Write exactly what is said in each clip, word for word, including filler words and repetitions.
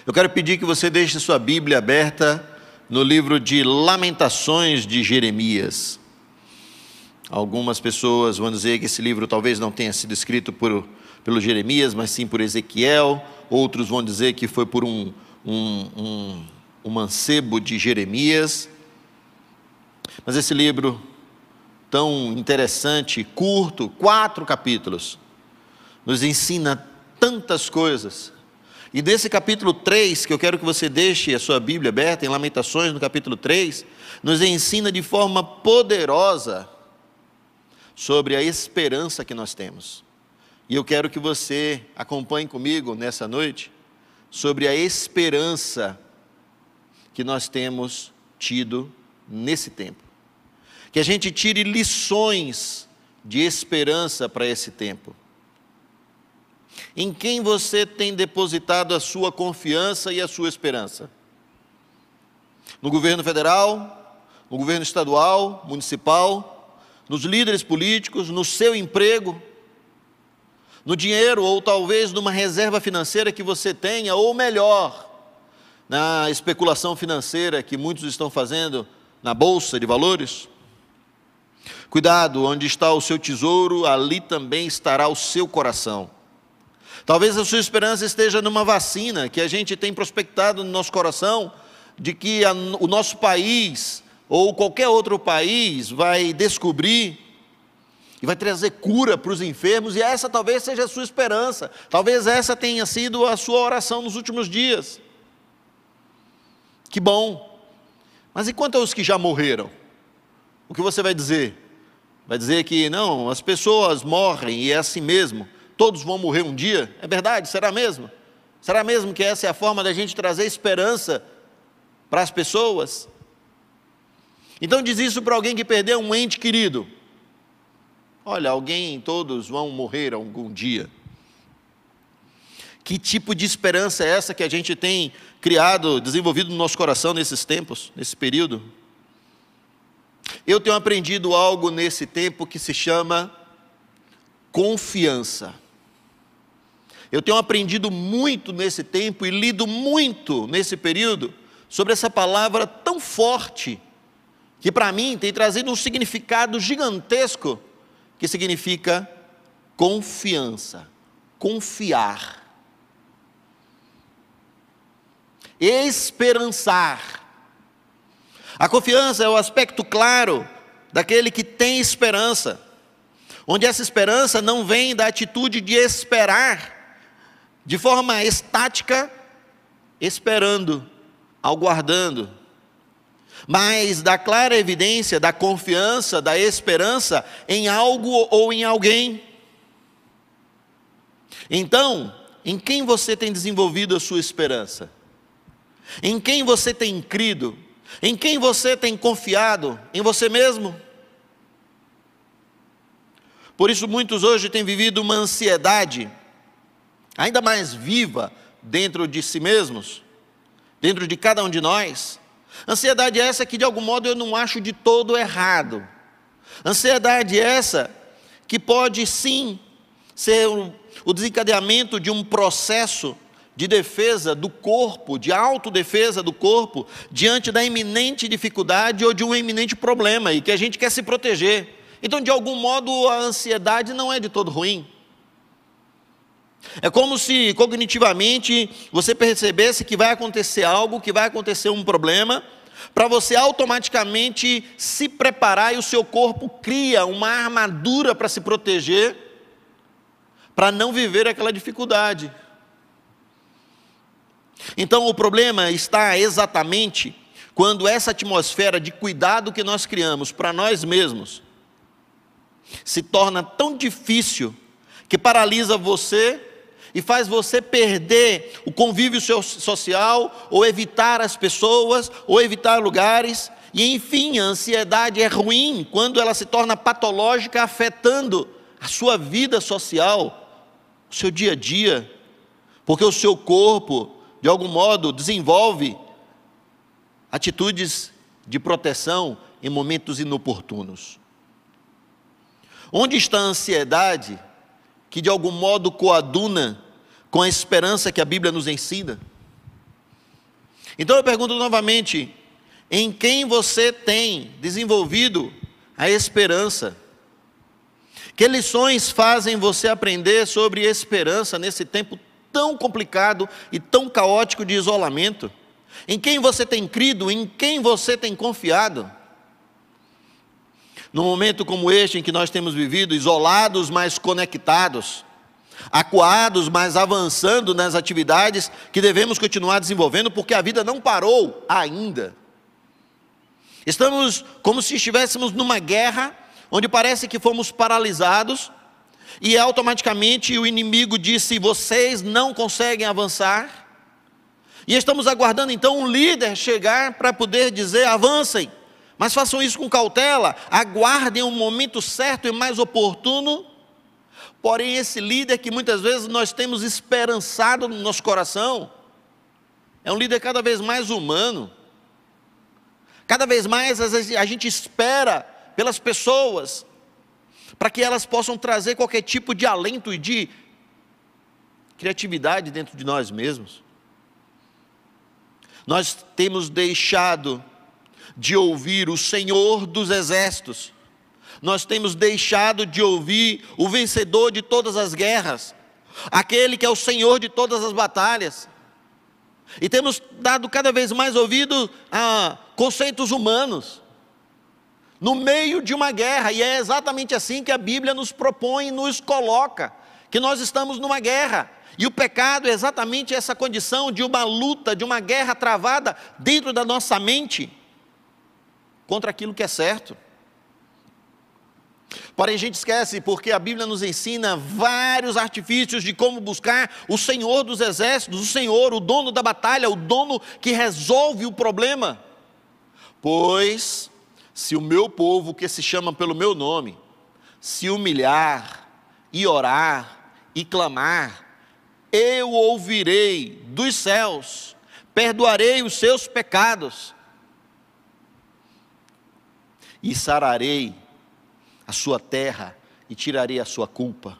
Eu quero pedir que você deixe sua Bíblia aberta no livro de Lamentações de Jeremias. Algumas pessoas vão dizer que esse livro talvez não tenha sido escrito por, pelo Jeremias, mas sim por Ezequiel. Outros vão dizer que foi por um, um, um, um mancebo de Jeremias. Mas esse livro tão interessante, curto, quatro capítulos, nos ensina tantas coisas. E desse capítulo três, que eu quero que você deixe a sua Bíblia aberta, em Lamentações, no capítulo três, nos ensina de forma poderosa sobre a esperança que nós temos. E eu quero que você acompanhe comigo nessa noite sobre a esperança que nós temos tido nesse tempo. Que a gente tire lições de esperança para esse tempo. Em quem você tem depositado a sua confiança e a sua esperança? No governo federal, no governo estadual, municipal, nos líderes políticos, no seu emprego, no dinheiro ou talvez numa reserva financeira que você tenha, ou melhor, na especulação financeira que muitos estão fazendo na bolsa de valores? Cuidado, onde está o seu tesouro, ali também estará o seu coração. Talvez a sua esperança esteja numa vacina que a gente tem prospectado no nosso coração, de que a, o nosso país, ou qualquer outro país, vai descobrir e vai trazer cura para os enfermos, e essa talvez seja a sua esperança, talvez essa tenha sido a sua oração nos últimos dias. Que bom! Mas e quanto aos que já morreram? O que você vai dizer? Vai dizer que não, as pessoas morrem e é assim mesmo, todos vão morrer um dia? É verdade? Será mesmo? Será mesmo que essa é a forma da gente trazer esperança para as pessoas? Então diz isso para alguém que perdeu um ente querido. Olha, alguém, todos vão morrer algum dia. Que tipo de esperança é essa que a gente tem criado, desenvolvido no nosso coração nesses tempos, nesse período? Eu tenho aprendido algo nesse tempo que se chama confiança. Eu tenho aprendido muito nesse tempo e lido muito nesse período sobre essa palavra tão forte, que para mim tem trazido um significado gigantesco, que significa confiança, confiar, esperançar. A confiança é o aspecto claro daquele que tem esperança, onde essa esperança não vem da atitude de esperar, de forma estática, esperando, aguardando, mas da clara evidência da confiança, da esperança em algo ou em alguém. Então, em quem você tem desenvolvido a sua esperança? Em quem você tem crido? Em quem você tem confiado? Em você mesmo? Por isso muitos hoje têm vivido uma ansiedade ainda mais viva dentro de si mesmos, dentro de cada um de nós. Ansiedade essa que de algum modo eu não acho de todo errado. Ansiedade essa que pode sim ser o, o desencadeamento de um processo de defesa do corpo, de autodefesa do corpo, diante da iminente dificuldade ou de um iminente problema, e que a gente quer se proteger. Então, de algum modo, a ansiedade não é de todo ruim. É como se cognitivamente você percebesse que vai acontecer algo, que vai acontecer um problema, para você automaticamente se preparar, e o seu corpo cria uma armadura para se proteger, para não viver aquela dificuldade. Então o problema está exatamente quando essa atmosfera de cuidado que nós criamos para nós mesmos se torna tão difícil que paralisa você e faz você perder o convívio social, ou evitar as pessoas, ou evitar lugares. E enfim, a ansiedade é ruim quando ela se torna patológica, afetando a sua vida social, o seu dia a dia, porque o seu corpo, de algum modo, desenvolve atitudes de proteção em momentos inoportunos. Onde está a ansiedade que de algum modo coaduna com a esperança que a Bíblia nos ensina? Então eu pergunto novamente, em quem você tem desenvolvido a esperança? Que lições fazem você aprender sobre esperança nesse tempo tão complicado e tão caótico de isolamento? Em quem você tem crido? Em quem você tem confiado? Num momento como este em que nós temos vivido, isolados, mas conectados, acuados, mas avançando nas atividades que devemos continuar desenvolvendo, porque a vida não parou ainda. Estamos como se estivéssemos numa guerra, onde parece que fomos paralisados, e automaticamente o inimigo disse: vocês não conseguem avançar. E estamos aguardando então um líder chegar para poder dizer: avancem, mas façam isso com cautela, aguardem um momento certo e mais oportuno. Porém, esse líder que muitas vezes nós temos esperançado no nosso coração, é um líder cada vez mais humano. Cada vez mais a gente espera pelas pessoas, para que elas possam trazer qualquer tipo de alento e de criatividade dentro de nós mesmos. Nós temos deixado de ouvir o Senhor dos Exércitos. Nós temos deixado de ouvir o vencedor de todas as guerras, aquele que é o Senhor de todas as batalhas. E temos dado cada vez mais ouvido a conceitos humanos, no meio de uma guerra, e é exatamente assim que a Bíblia nos propõe e nos coloca, que nós estamos numa guerra, e o pecado é exatamente essa condição de uma luta, de uma guerra travada dentro da nossa mente, contra aquilo que é certo. Porém a gente esquece, porque a Bíblia nos ensina vários artifícios de como buscar o Senhor dos Exércitos, o Senhor, o dono da batalha, o dono que resolve o problema. Pois, se o meu povo, que se chama pelo meu nome, se humilhar e orar e clamar, eu ouvirei dos céus, perdoarei os seus pecados e sararei a sua terra e tirarei a sua culpa.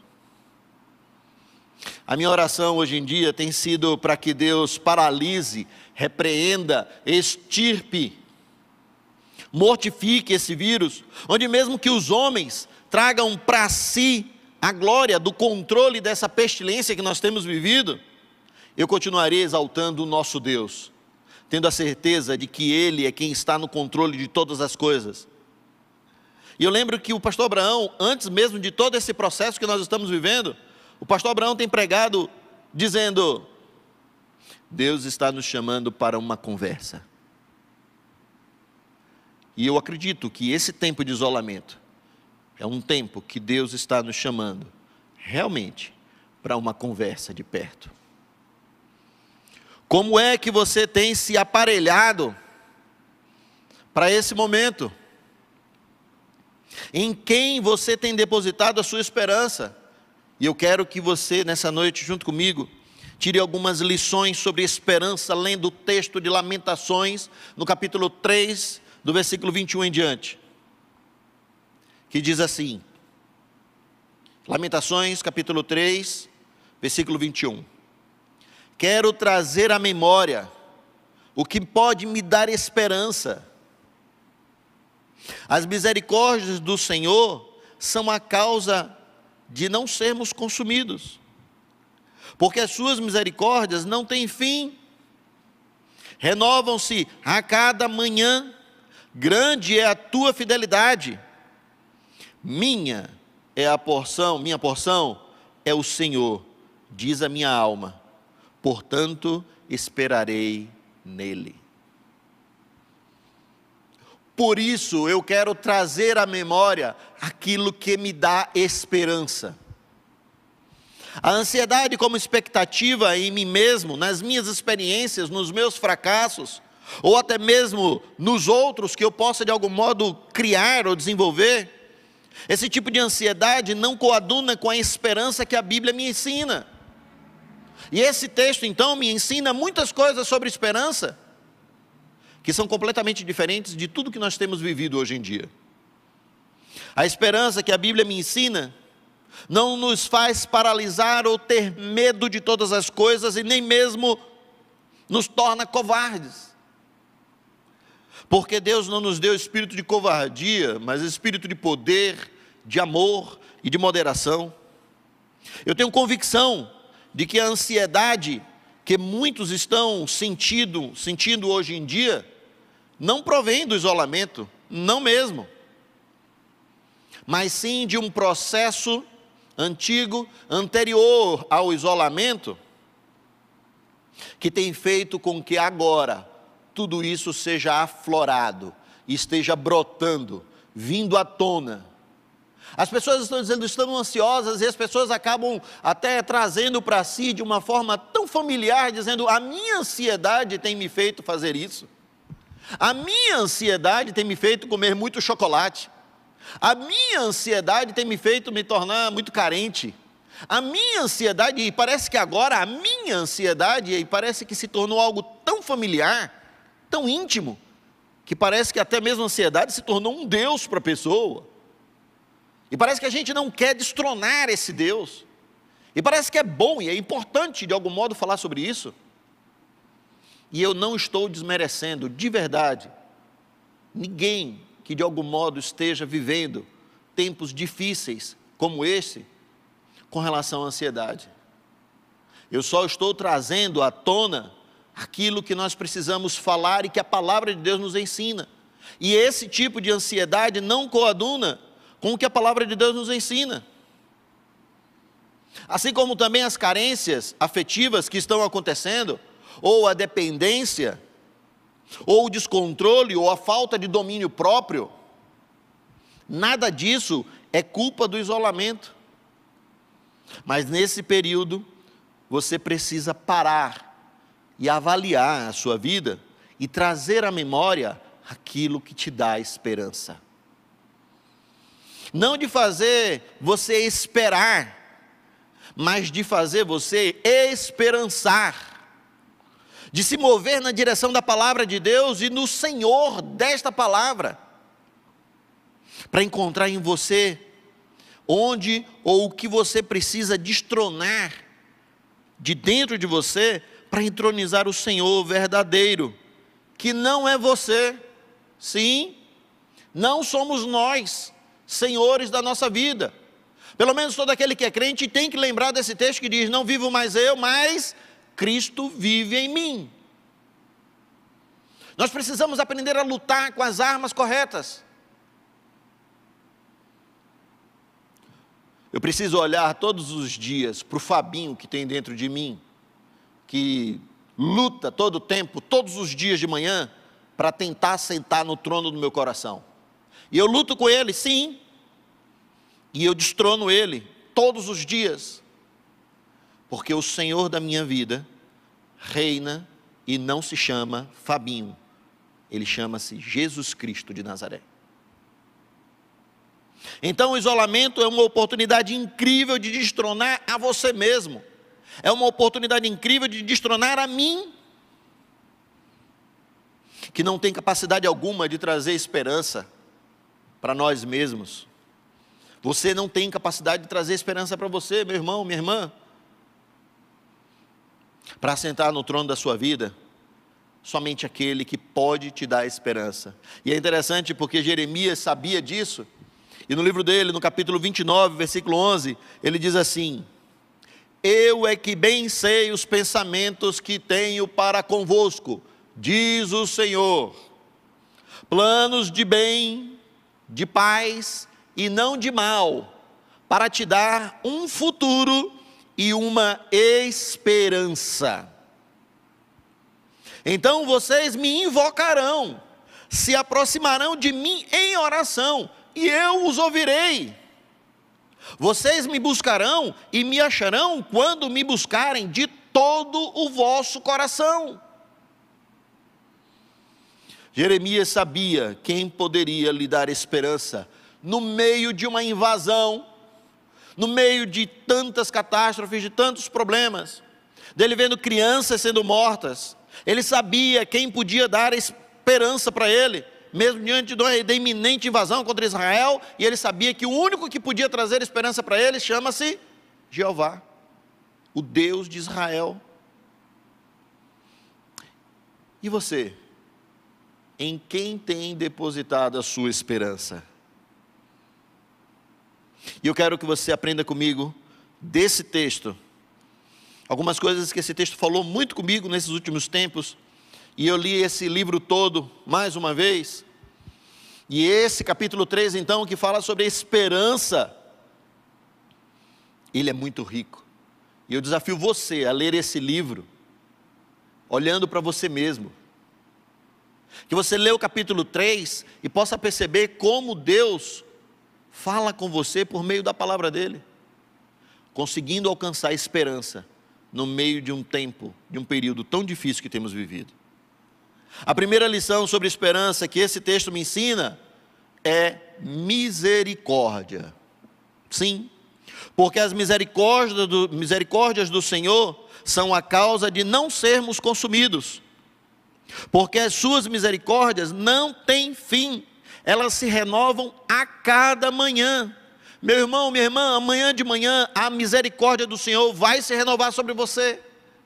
A minha oração hoje em dia tem sido para que Deus paralise, repreenda, extirpe, mortifique esse vírus, onde mesmo que os homens tragam para si a glória do controle dessa pestilência que nós temos vivido, eu continuarei exaltando o nosso Deus, tendo a certeza de que Ele é quem está no controle de todas as coisas. E eu lembro que o pastor Abraão, antes mesmo de todo esse processo que nós estamos vivendo, o pastor Abraão tem pregado dizendo: Deus está nos chamando para uma conversa. E eu acredito que esse tempo de isolamento é um tempo que Deus está nos chamando realmente para uma conversa de perto. Como é que você tem se aparelhado para esse momento? Em quem você tem depositado a sua esperança? E eu quero que você, nessa noite, junto comigo, tire algumas lições sobre esperança, lendo o texto de Lamentações, no capítulo três, do versículo vinte e um em diante, que diz assim, Lamentações, capítulo três, versículo vinte e um. Quero trazer à memória o que pode me dar esperança. As misericórdias do Senhor são a causa de não sermos consumidos, porque as suas misericórdias não têm fim, renovam-se a cada manhã, grande é a tua fidelidade. Minha é a porção, minha porção é o Senhor, diz a minha alma, portanto esperarei nele. Por isso eu quero trazer à memória aquilo que me dá esperança. A ansiedade como expectativa em mim mesmo, nas minhas experiências, nos meus fracassos, ou até mesmo nos outros que eu possa de algum modo criar ou desenvolver, esse tipo de ansiedade não coaduna com a esperança que a Bíblia me ensina. E esse texto então me ensina muitas coisas sobre esperança, que são completamente diferentes de tudo que nós temos vivido hoje em dia. A esperança que a Bíblia me ensina não nos faz paralisar ou ter medo de todas as coisas e nem mesmo nos torna covardes. Porque Deus não nos deu espírito de covardia, mas espírito de poder, de amor e de moderação. Eu tenho convicção de que a ansiedade que muitos estão sentindo, sentindo hoje em dia, não provém do isolamento, não mesmo, mas sim de um processo antigo, anterior ao isolamento, que tem feito com que agora tudo isso seja aflorado, esteja brotando, vindo à tona. As pessoas estão dizendo, estão ansiosas, e as pessoas acabam até trazendo para si de uma forma tão familiar, dizendo, a minha ansiedade tem me feito fazer isso. A minha ansiedade tem me feito comer muito chocolate. A minha ansiedade tem me feito me tornar muito carente. A minha ansiedade, e parece que agora a minha ansiedade, e parece que se tornou algo tão familiar, tão íntimo, que parece que até mesmo a ansiedade se tornou um Deus para a pessoa. E parece que a gente não quer destronar esse Deus. E parece que é bom e é importante de algum modo falar sobre isso. E eu não estou desmerecendo, de verdade, ninguém que de algum modo esteja vivendo tempos difíceis como esse, com relação à ansiedade. Eu só estou trazendo à tona aquilo que nós precisamos falar e que a palavra de Deus nos ensina. E esse tipo de ansiedade não coaduna com o que a palavra de Deus nos ensina. Assim como também as carências afetivas que estão acontecendo, ou a dependência, ou o descontrole, ou a falta de domínio próprio, nada disso é culpa do isolamento. Mas nesse período, você precisa parar e avaliar a sua vida e trazer à memória aquilo que te dá esperança. Não de fazer você esperar, mas de fazer você esperançar, de se mover na direção da palavra de Deus e no Senhor desta palavra, para encontrar em você onde ou o que você precisa destronar de dentro de você para entronizar o Senhor verdadeiro, que não é você. Sim, não somos nós senhores da nossa vida. Pelo menos todo aquele que é crente tem que lembrar desse texto que diz, não vivo mais eu, mas Cristo vive em mim. Nós precisamos aprender a lutar com as armas corretas. Eu preciso olhar todos os dias para o Fabinho que tem dentro de mim, que luta todo o tempo, todos os dias de manhã, para tentar sentar no trono do meu coração. E eu luto com ele, sim, e eu destrono ele todos os dias, porque o Senhor da minha vida reina e não se chama Fabinho, ele chama-se Jesus Cristo de Nazaré. Então o isolamento é uma oportunidade incrível de destronar a você mesmo, é uma oportunidade incrível de destronar a mim, que não tem capacidade alguma de trazer esperança para nós mesmos. Você não tem capacidade de trazer esperança para você, meu irmão, minha irmã. Para sentar no trono da sua vida, somente aquele que pode te dar esperança. E é interessante porque Jeremias sabia disso. E no livro dele, no capítulo vinte e nove, versículo onze, ele diz assim: eu é que bem sei os pensamentos que tenho para convosco, diz o Senhor, planos de bem, de paz e não de mal, para te dar um futuro e uma esperança. Então vocês me invocarão, se aproximarão de mim em oração, e eu os ouvirei. Vocês me buscarão e me acharão quando me buscarem de todo o vosso coração. Jeremias sabia quem poderia lhe dar esperança no meio de uma invasão, no meio de tantas catástrofes, de tantos problemas, dele vendo crianças sendo mortas. Ele sabia quem podia dar esperança para ele, mesmo diante da iminente invasão contra Israel, e ele sabia que o único que podia trazer esperança para ele chama-se Jeová, o Deus de Israel. E você? em quem tem depositado a sua esperança. E eu quero que você aprenda comigo desse texto algumas coisas que esse texto falou muito comigo nesses últimos tempos, e eu li esse livro todo mais uma vez, e esse capítulo três então, que fala sobre a esperança, ele é muito rico, e eu desafio você a ler esse livro, olhando para você mesmo, que você lê o capítulo três, e possa perceber como Deus fala com você por meio da palavra dele, conseguindo alcançar esperança, no meio de um tempo, de um período tão difícil que temos vivido. A primeira lição sobre esperança que esse texto me ensina é misericórdia. Sim, porque as misericórdias do, misericórdias do Senhor são a causa de não sermos consumidos, porque as suas misericórdias não têm fim, elas se renovam a cada manhã. Meu irmão, minha irmã, amanhã de manhã a misericórdia do Senhor vai se renovar sobre você.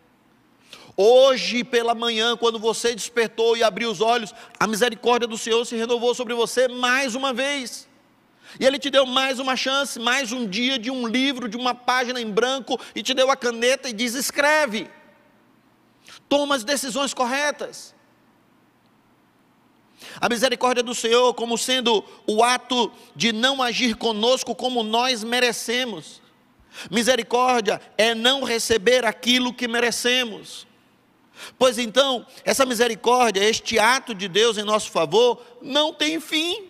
Hoje pela manhã, quando você despertou e abriu os olhos, a misericórdia do Senhor se renovou sobre você mais uma vez. E Ele te deu mais uma chance, mais um dia de um livro, de uma página em branco, e te deu a caneta e diz: escreve. Toma as decisões corretas. A misericórdia do Senhor como sendo o ato de não agir conosco como nós merecemos. Misericórdia é não receber aquilo que merecemos. Pois então, essa misericórdia, este ato de Deus em nosso favor, não tem fim.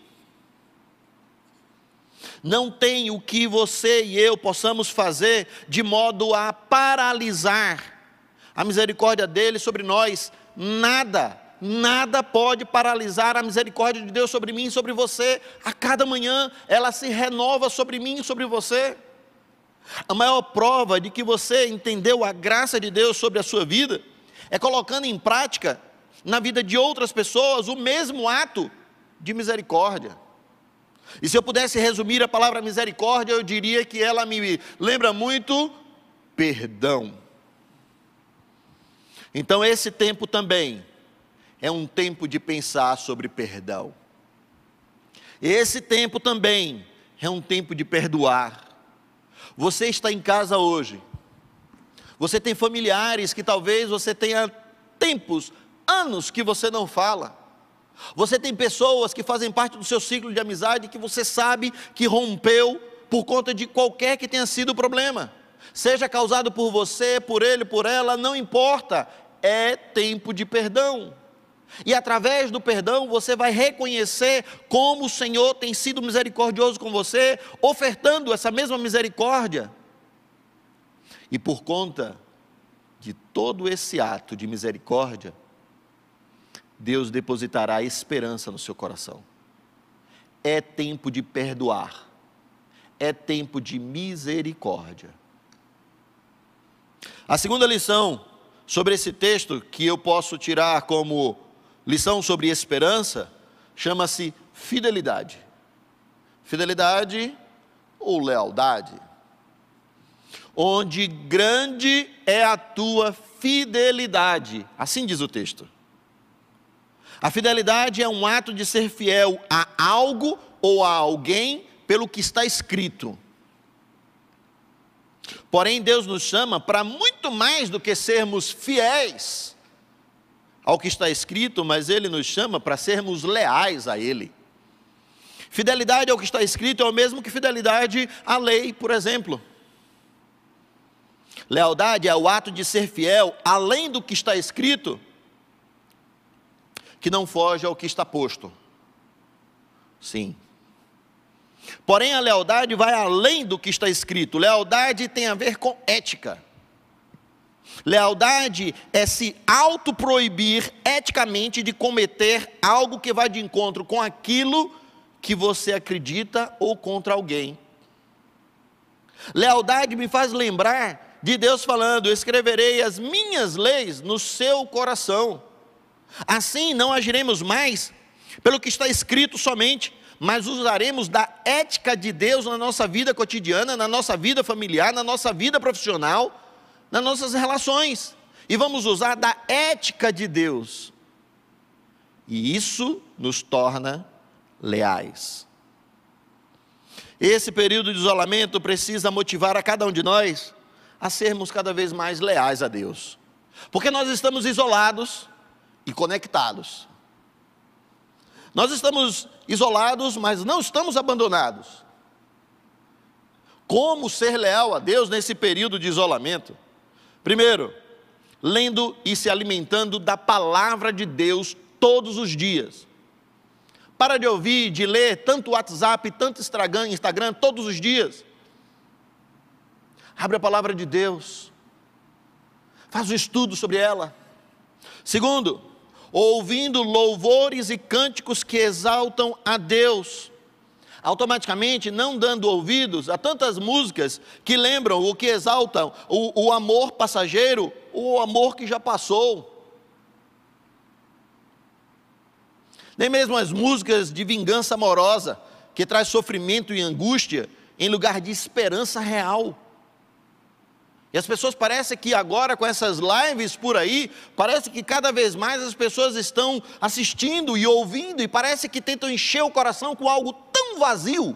Não tem o que você e eu possamos fazer de modo a paralisar a misericórdia dele sobre nós. Nada. Nada pode paralisar a misericórdia de Deus sobre mim e sobre você. A cada manhã ela se renova sobre mim e sobre você. A maior prova de que você entendeu a graça de Deus sobre a sua vida é colocando em prática na vida de outras pessoas o mesmo ato de misericórdia. E se eu pudesse resumir a palavra misericórdia, eu diria que ela me lembra muito perdão. Então esse tempo também é um tempo de pensar sobre perdão. Esse tempo também é um tempo de perdoar. Você está em casa hoje. Você tem familiares que talvez você tenha tempos, anos que você não fala. Você tem pessoas que fazem parte do seu ciclo de amizade que você sabe que rompeu por conta de qualquer que tenha sido o problema. Seja causado por você, por ele, por ela, não importa. É tempo de perdão. E através do perdão você vai reconhecer como o Senhor tem sido misericordioso com você, ofertando essa mesma misericórdia. E por conta de todo esse ato de misericórdia, Deus depositará esperança no seu coração. É tempo de perdoar. É tempo de misericórdia. A segunda lição sobre esse texto que eu posso tirar como lição sobre esperança, chama-se fidelidade. Fidelidade ou lealdade. Onde grande é a tua fidelidade. Assim diz o texto. A fidelidade é um ato de ser fiel a algo ou a alguém pelo que está escrito. Porém, Deus nos chama para muito mais do que sermos fiéis ao que está escrito, mas Ele nos chama para sermos leais a Ele. Fidelidade ao que está escrito é o mesmo que fidelidade à lei, por exemplo. Lealdade é o ato de ser fiel além do que está escrito, que não foge ao que está posto. Sim. Porém, a lealdade vai além do que está escrito. Lealdade tem a ver com ética. Lealdade é se autoproibir eticamente de cometer algo que vai de encontro com aquilo que você acredita ou contra alguém. Lealdade me faz lembrar de Deus falando: eu escreverei as minhas leis no seu coração. Assim não agiremos mais pelo que está escrito somente, mas usaremos da ética de Deus na nossa vida cotidiana, na nossa vida familiar, na nossa vida profissional, nas nossas relações, e vamos usar da ética de Deus E isso nos torna leais. Esse período de isolamento precisa motivar a cada um de nós a sermos cada vez mais leais a Deus. Porque nós estamos isolados e conectados. Nós estamos isolados, mas não estamos abandonados. Como ser leal a Deus nesse período de isolamento? Primeiro, lendo e se alimentando da palavra de Deus todos os dias. Para de ouvir, de ler tanto WhatsApp, tanto Instagram, Instagram todos os dias. Abre a palavra de Deus. Faz um estudo sobre ela. Segundo, ouvindo louvores e cânticos que exaltam a Deus. Automaticamente não dando ouvidos a tantas músicas que lembram ou que exaltam o, o amor passageiro, o amor que já passou. Nem mesmo as músicas de vingança amorosa, que traz sofrimento e angústia, em lugar de esperança real. E as pessoas parecem que agora com essas lives por aí, parece que cada vez mais as pessoas estão assistindo e ouvindo, e parece que tentam encher o coração com algo tão vazio,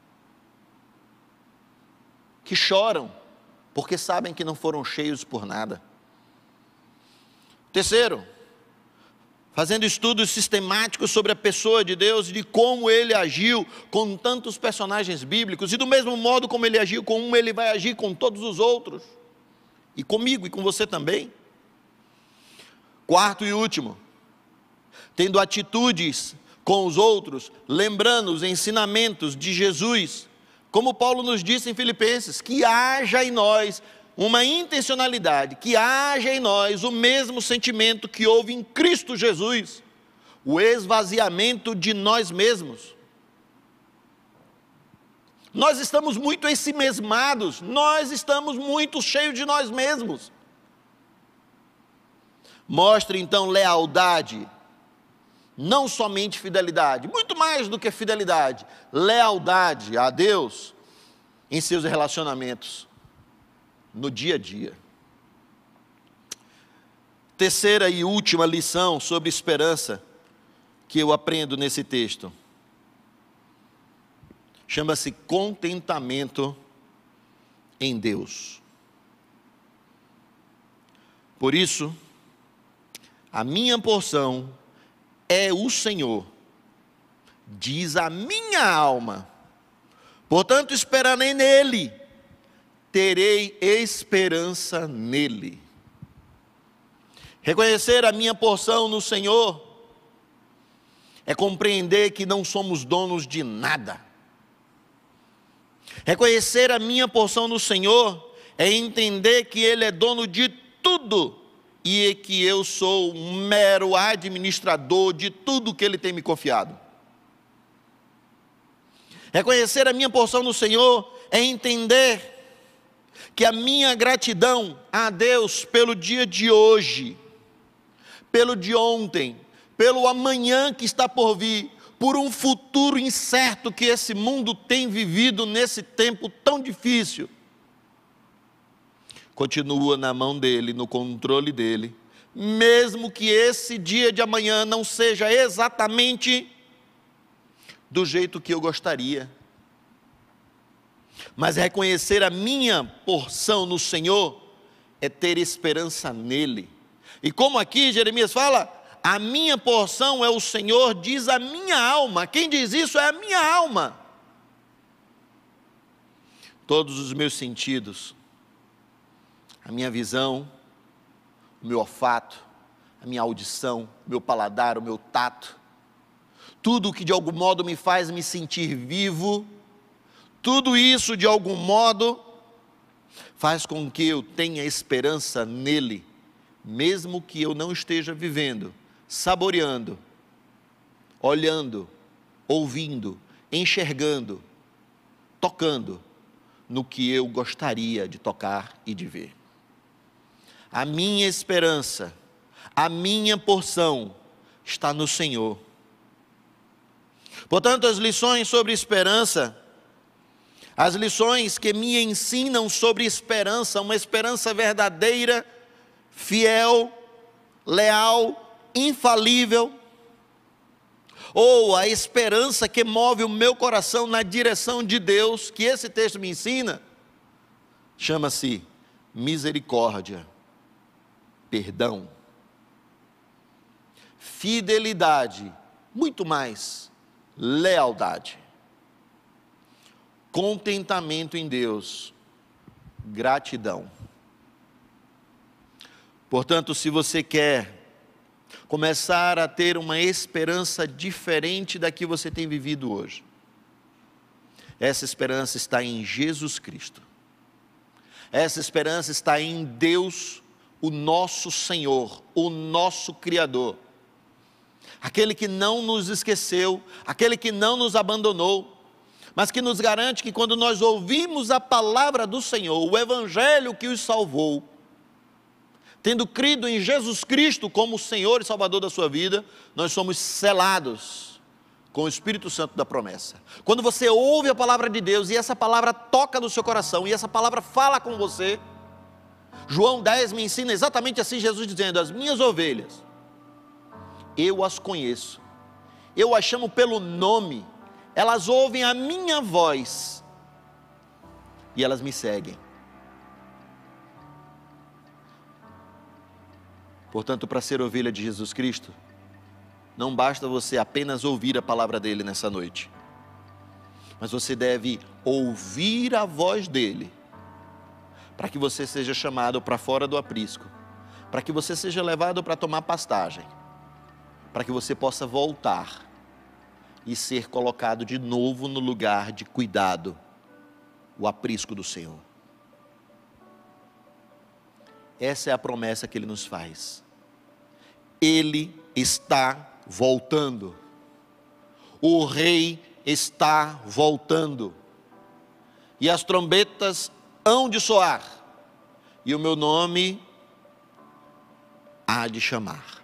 que choram, porque sabem que não foram cheios por nada. Terceiro, fazendo estudos sistemáticos sobre a pessoa de Deus, e de como Ele agiu com tantos personagens bíblicos, e do mesmo modo como Ele agiu com um, Ele vai agir com todos os outros, e comigo e com você também. Quarto e último, tendo atitudes com os outros, lembrando os ensinamentos de Jesus, como Paulo nos disse em Filipenses, que haja em nós uma intencionalidade, que haja em nós o mesmo sentimento que houve em Cristo Jesus, o esvaziamento de nós mesmos. Nós estamos muito ensimesmados, nós estamos muito cheios de nós mesmos. Mostre então lealdade, não somente fidelidade, muito mais do que fidelidade, lealdade a Deus em seus relacionamentos, no dia a dia. Terceira e última lição sobre esperança que eu aprendo nesse texto, chama-se contentamento em Deus. Por isso, a minha porção é o Senhor, diz a minha alma, portanto esperarei nele, terei esperança nele. Reconhecer a minha porção no Senhor é compreender que não somos donos de nada. Reconhecer a minha porção no Senhor é entender que Ele é dono de tudo e que eu sou um mero administrador de tudo que Ele tem me confiado. Reconhecer a minha porção no Senhor é entender que a minha gratidão a Deus pelo dia de hoje, pelo de ontem, pelo amanhã que está por vir, por um futuro incerto que esse mundo tem vivido nesse tempo tão difícil, continua na mão dele, no controle dele, mesmo que esse dia de amanhã não seja exatamente do jeito que eu gostaria. Mas reconhecer a minha porção no Senhor é ter esperança nele. E como aqui Jeremias fala, a minha porção é o Senhor, diz a minha alma. Quem diz isso é a minha alma. Todos os meus sentidos, a minha visão, o meu olfato, a minha audição, o meu paladar, o meu tato, tudo que de algum modo me faz me sentir vivo, tudo isso de algum modo faz com que eu tenha esperança nele, mesmo que eu não esteja vivendo, saboreando, olhando, ouvindo, enxergando, tocando no que eu gostaria de tocar e de ver. A minha esperança, a minha porção está no Senhor. Portanto, as lições sobre esperança, as lições que me ensinam sobre esperança, uma esperança verdadeira, fiel, leal, infalível, ou a esperança que move o meu coração na direção de Deus, que esse texto me ensina, chama-se misericórdia, perdão, fidelidade, muito mais, lealdade, contentamento em Deus, gratidão. Portanto, se você quer começar a ter uma esperança diferente da que você tem vivido hoje, essa esperança está em Jesus Cristo. Essa esperança está em Deus, o nosso Senhor, o nosso Criador. Aquele que não nos esqueceu, aquele que não nos abandonou, mas que nos garante que quando nós ouvimos a palavra do Senhor, o Evangelho que os salvou, tendo crido em Jesus Cristo como Senhor e Salvador da sua vida, nós somos selados com o Espírito Santo da promessa. Quando você ouve a palavra de Deus, e essa palavra toca no seu coração, e essa palavra fala com você, João dez me ensina exatamente assim, Jesus dizendo: as minhas ovelhas, eu as conheço, eu as chamo pelo nome, elas ouvem a minha voz, e elas me seguem. Portanto, para ser ovelha de Jesus Cristo, não basta você apenas ouvir a palavra dele nessa noite, mas você deve ouvir a voz dele, para que você seja chamado para fora do aprisco, para que você seja levado para tomar pastagem, para que você possa voltar e ser colocado de novo no lugar de cuidado, o aprisco do Senhor. Essa é a promessa que ele nos faz. Ele está voltando. O rei está voltando. E as trombetas hão de soar. E o meu nome há de chamar.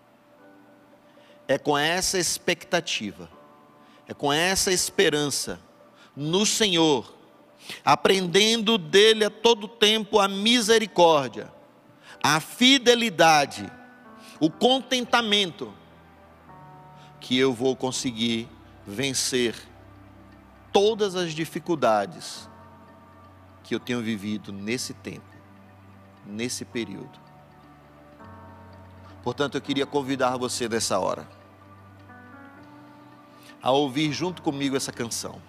É com essa expectativa, é com essa esperança no Senhor, aprendendo dele a todo tempo a misericórdia, a fidelidade, o contentamento, que eu vou conseguir vencer todas as dificuldades que eu tenho vivido nesse tempo, nesse período. Portanto, eu queria convidar você nessa hora a ouvir junto comigo essa canção.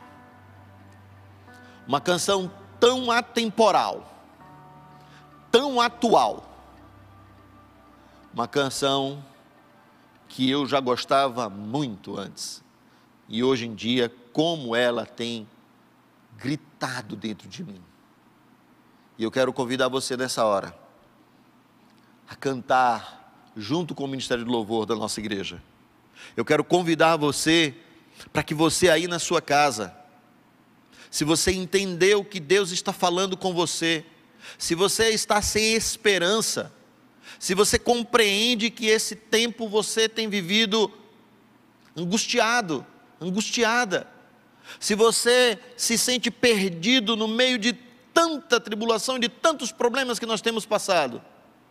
Uma canção tão atemporal, tão atual. Uma canção que eu já gostava muito antes. E hoje em dia, como ela tem gritado dentro de mim. E eu quero convidar você nessa hora a cantar junto com o Ministério de Louvor da nossa igreja. Eu quero convidar você para que você aí na sua casa, se você entendeu que Deus está falando com você, se você está sem esperança, se você compreende que esse tempo você tem vivido angustiado, angustiada, se você se sente perdido no meio de tanta tribulação, de tantos problemas que nós temos passado,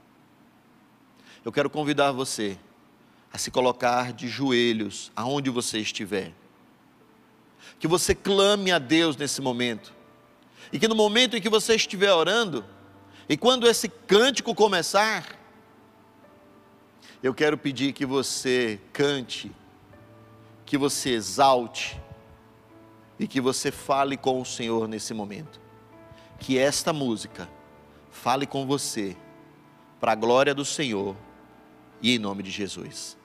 eu quero convidar você a se colocar de joelhos aonde você estiver, que você clame a Deus nesse momento, e que no momento em que você estiver orando, e quando esse cântico começar, eu quero pedir que você cante, que você exalte, e que você fale com o Senhor nesse momento, que esta música fale com você, para a glória do Senhor, e em nome de Jesus.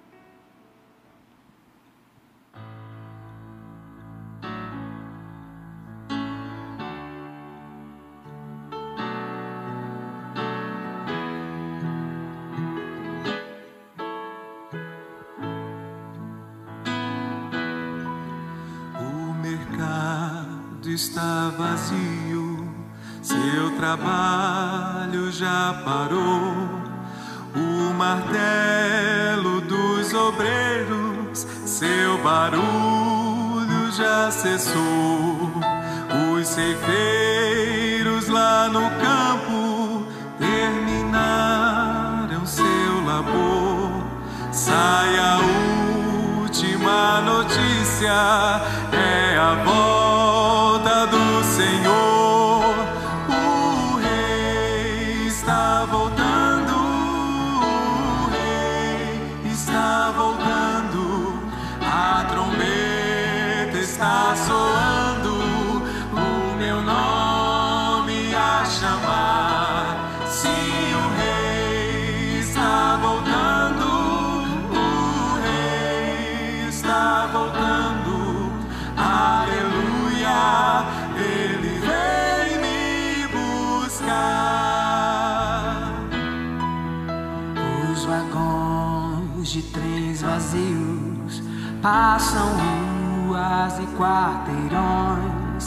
Está vazio, seu trabalho já parou, o martelo dos obreiros, seu barulho já cessou, os ceifeiros lá no campo terminaram seu labor, sai a última notícia é a volta do Senhor. O Rei está voltando, o Rei está voltando, a trombeta está soando, o meu nome a chamar. Sim, o Rei está voltando, o Rei está voltando, aleluia, Ele vem me buscar. Os vagões de trens vazios passam ruas e quarteirões,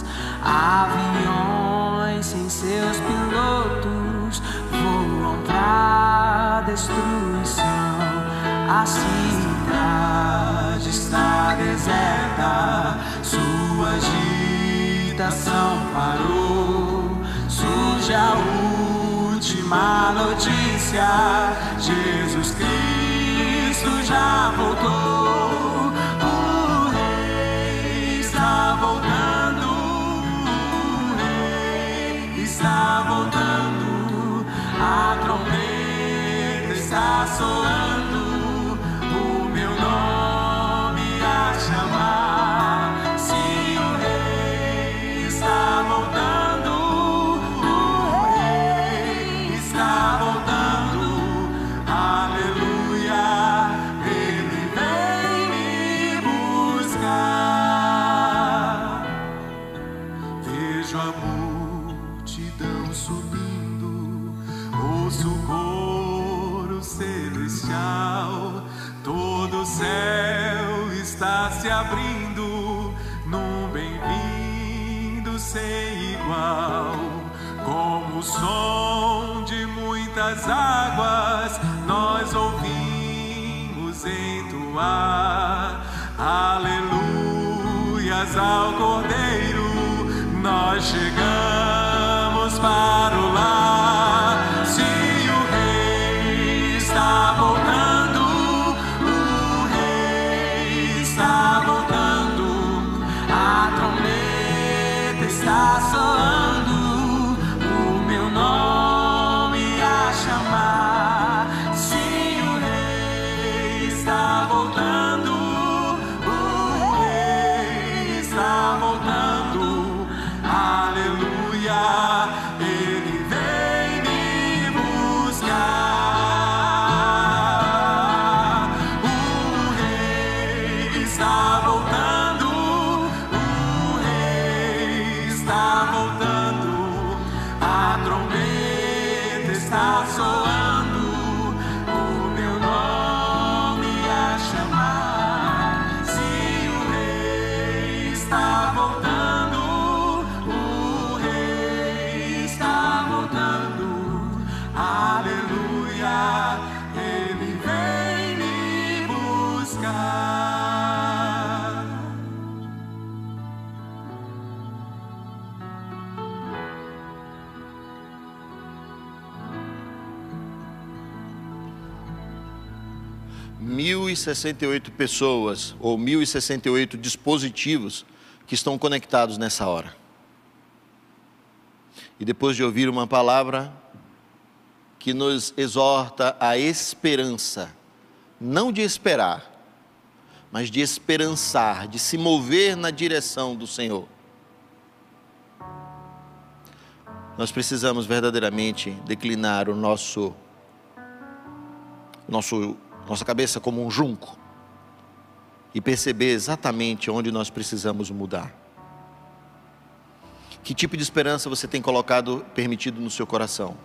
aviões sem seus pilotos voam pra destruição. A cidade está deserta, sua agitação parou. Surge a última notícia: Jesus Cristo já voltou. O Rei está voltando, o Rei está voltando, a trombeta está soando, o meu nome a chamar. Sim, o Rei está voltando, o Rei está voltando, aleluia, Ele vem me buscar. Vejo a multidão subindo, ouço o coro celestial, todo o céu está se abrindo num bem-vindo sem igual. Como o som de muitas águas nós ouvimos entoar aleluias ao Cordeiro. Nós chegamos para o lar. Se o Rei está voltando, o Rei está voltando, a trombeta está soando, o meu nome a chamar. Se o Rei está voltando, o Rei está voltando, aleluia, Ele vem me buscar. O Rei está voltando, o Rei está voltando, a trombeta está soando, o meu nome a chamar. Se o Rei está voltando, o Rei está voltando, aleluia, Ele vem me buscar. mil e sessenta e oito pessoas, ou mil e sessenta e oito dispositivos que estão conectados nessa hora. E depois de ouvir uma palavra que nos exorta à esperança, não de esperar, mas de esperançar, de se mover na direção do Senhor. Nós precisamos verdadeiramente declinar o nosso, nosso, nossa cabeça como um junco e perceber exatamente onde nós precisamos mudar. Que tipo de esperança você tem colocado, permitido no seu coração?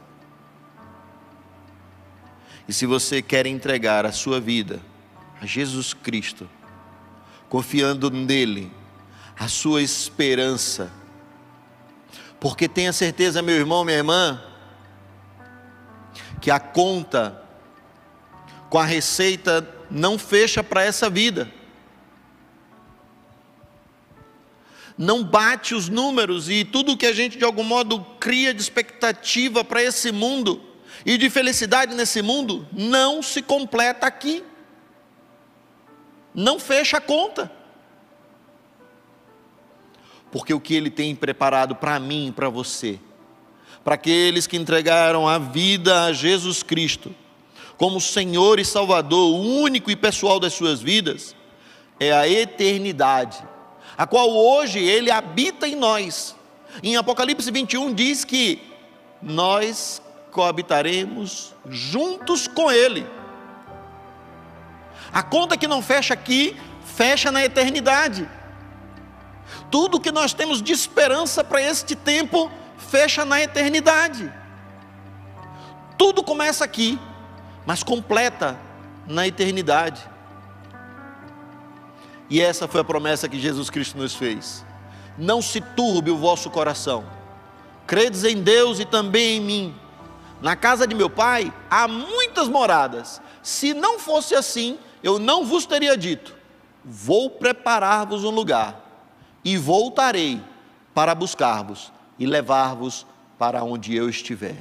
E se você quer entregar a sua vida a Jesus Cristo, confiando nele, a sua esperança, porque tenha certeza, meu irmão, minha irmã, que a conta com a receita não fecha para essa vida. Não bate os números, e tudo que a gente de algum modo cria de expectativa para esse mundo e de felicidade nesse mundo não se completa aqui. Não fecha a conta. porque o que Ele tem preparado para mim e para você, para aqueles que entregaram a vida a Jesus Cristo, como Senhor e Salvador, único e pessoal das suas vidas, é a eternidade, a qual hoje Ele habita em nós. Em Apocalipse vinte e um diz que nós coabitaremos juntos com Ele. A conta que não fecha aqui, fecha na eternidade. Tudo que nós temos de esperança para este tempo, fecha na eternidade. Tudo começa aqui, mas completa na eternidade. E essa foi a promessa que Jesus Cristo nos fez: não se turbe o vosso coração, credes em Deus e também em mim. Na casa de meu Pai há muitas moradas. Se não fosse assim, eu não vos teria dito: vou preparar-vos um lugar, e voltarei para buscar-vos e levar-vos para onde eu estiver.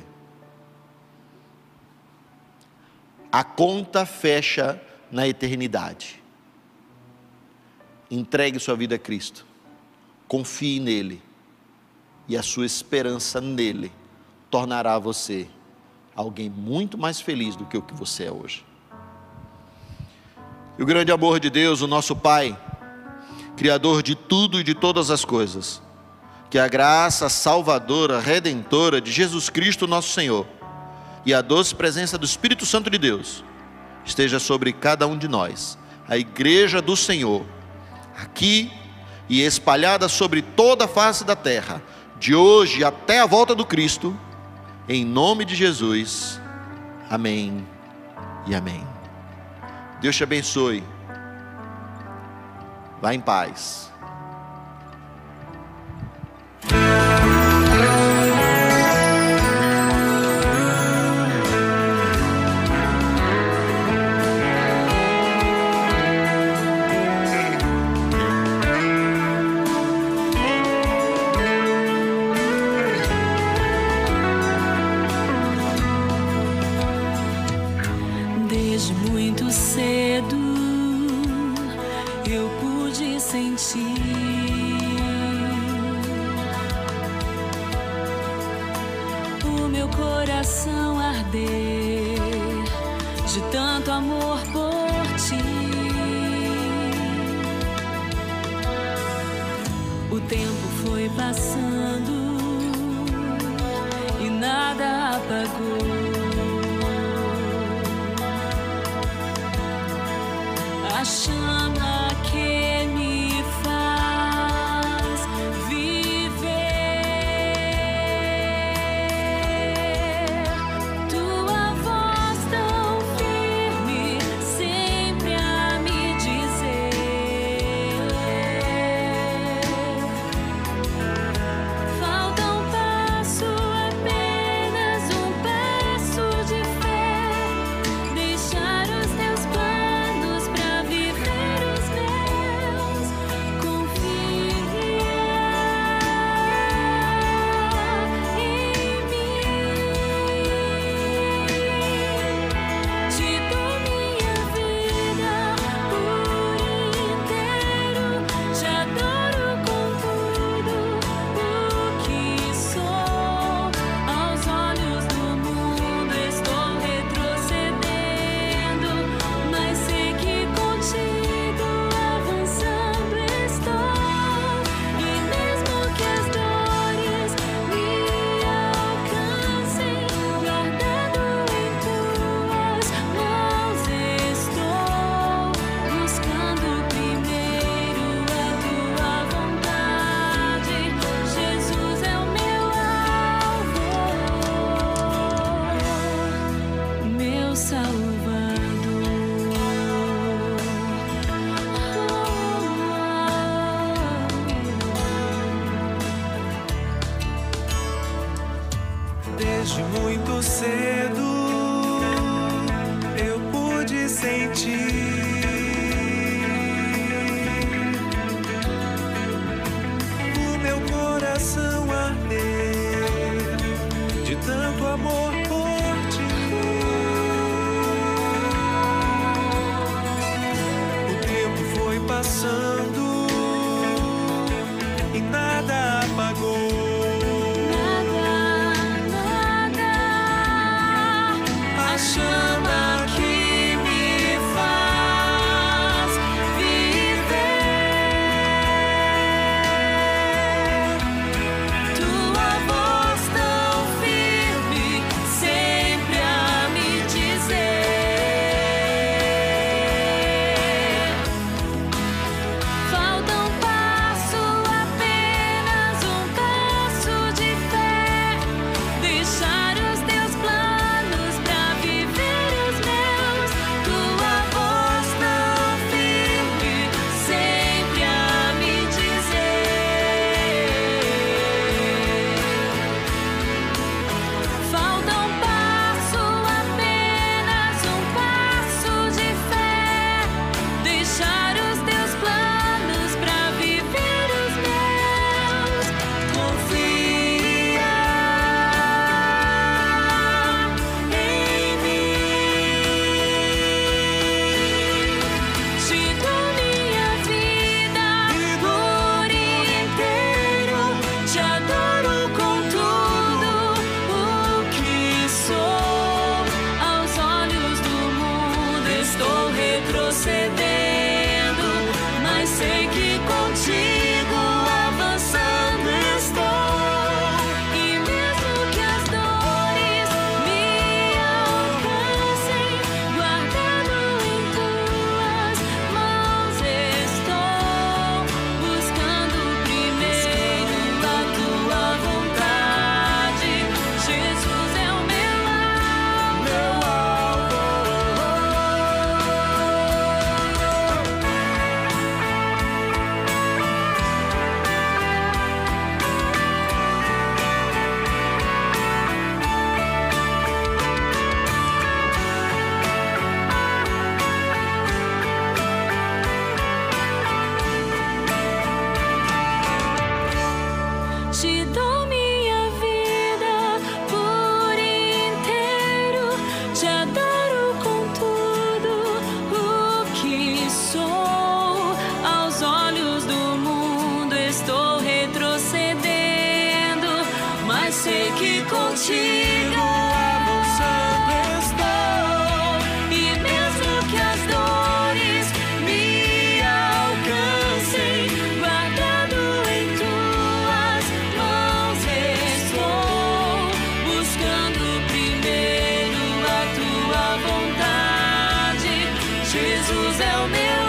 A conta fecha na eternidade. Entregue sua vida a Cristo, confie nele, e a sua esperança nele tornará você alguém muito mais feliz do que o que você é hoje. E o grande amor de Deus, o nosso Pai, Criador de tudo e de todas as coisas, que a graça salvadora, redentora de Jesus Cristo nosso Senhor, e a doce presença do Espírito Santo de Deus, esteja sobre cada um de nós, a igreja do Senhor, aqui e espalhada sobre toda a face da terra, de hoje até a volta do Cristo, em nome de Jesus, amém e amém. Deus te abençoe, vá em paz. Desde muito cedo eu pude sentir o meu coração arder de tanto amor por ti. O tempo foi passando e nada apagou a chama que me faz viver. Tua voz tão firme, sempre a me dizer: falta um passo, apenas um passo de fé, deixar os teus planos pra viver os meus, confia em mim. Te dou minha vida por inteiro, te adoro com tudo o que sou. Aos olhos do mundo estou retrocedendo, mas sei que contigo avançando estou. E mesmo que as dores me alcancem, guardado em tuas mãos estou, buscando primeiro a tua vontade. Jesus é o meu alvo, meu Salvador. Desde muito cedo eu pude sentir o meu coração arder de tanto amor por ti. O tempo foi passando e nada retrocedendo, mas sei que contigo avançando estou. E mesmo que as dores me alcancem, guardado em tuas mãos estou, buscando primeiro a tua vontade. Jesus é o meu alvo, meu alvo. Te dou minha vida por inteiro, te adoro com tudo o que sou. Aos olhos do mundo estou retrocedendo, mas sei que contigo avançando estou. E mesmo que as dores me alcancem, guardado em tuas mãos estou, buscando primeiro a tua vontade. Jesus é o meu